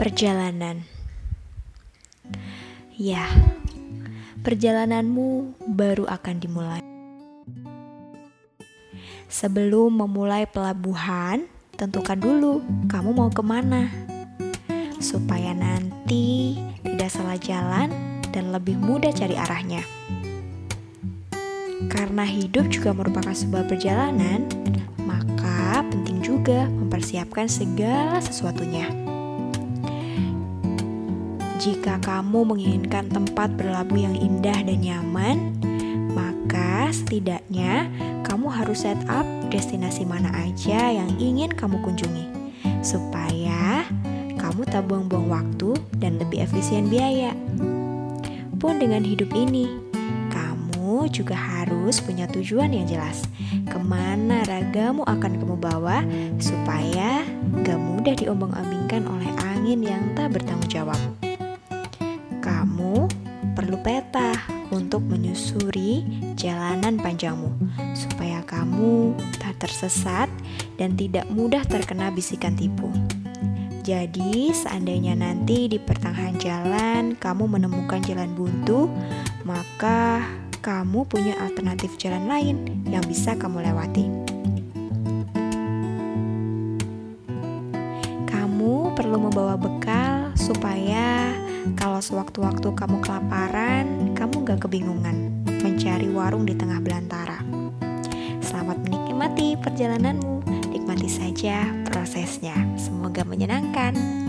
Perjalanan. Ya, perjalananmu baru akan dimulai. Sebelum memulai pelabuhan, tentukan dulu kamu mau kemana, supaya nanti tidak salah jalan dan lebih mudah cari arahnya. Karena hidup juga merupakan sebuah perjalanan, maka penting juga mempersiapkan segala sesuatunya. Jika kamu menginginkan tempat berlabuh yang indah dan nyaman, maka setidaknya kamu harus set up destinasi mana aja yang ingin kamu kunjungi, supaya kamu tak buang-buang waktu dan lebih efisien biaya. Pun dengan hidup ini, kamu juga harus punya tujuan yang jelas, kemana ragamu akan kamu bawa, supaya gak mudah diombang-ambingkan oleh angin yang tak bertanggung jawab. Kamu perlu peta untuk menyusuri jalanan panjangmu, supaya kamu tak tersesat dan tidak mudah terkena bisikan tipu. Jadi seandainya nanti di pertengahan jalan kamu menemukan jalan buntu, maka kamu punya alternatif jalan lain yang bisa kamu lewati. Kamu perlu membawa bekal supaya kalau sewaktu-waktu kamu kelaparan, kamu gak kebingungan mencari warung di tengah belantara. Selamat menikmati perjalananmu, nikmati saja prosesnya. Semoga menyenangkan.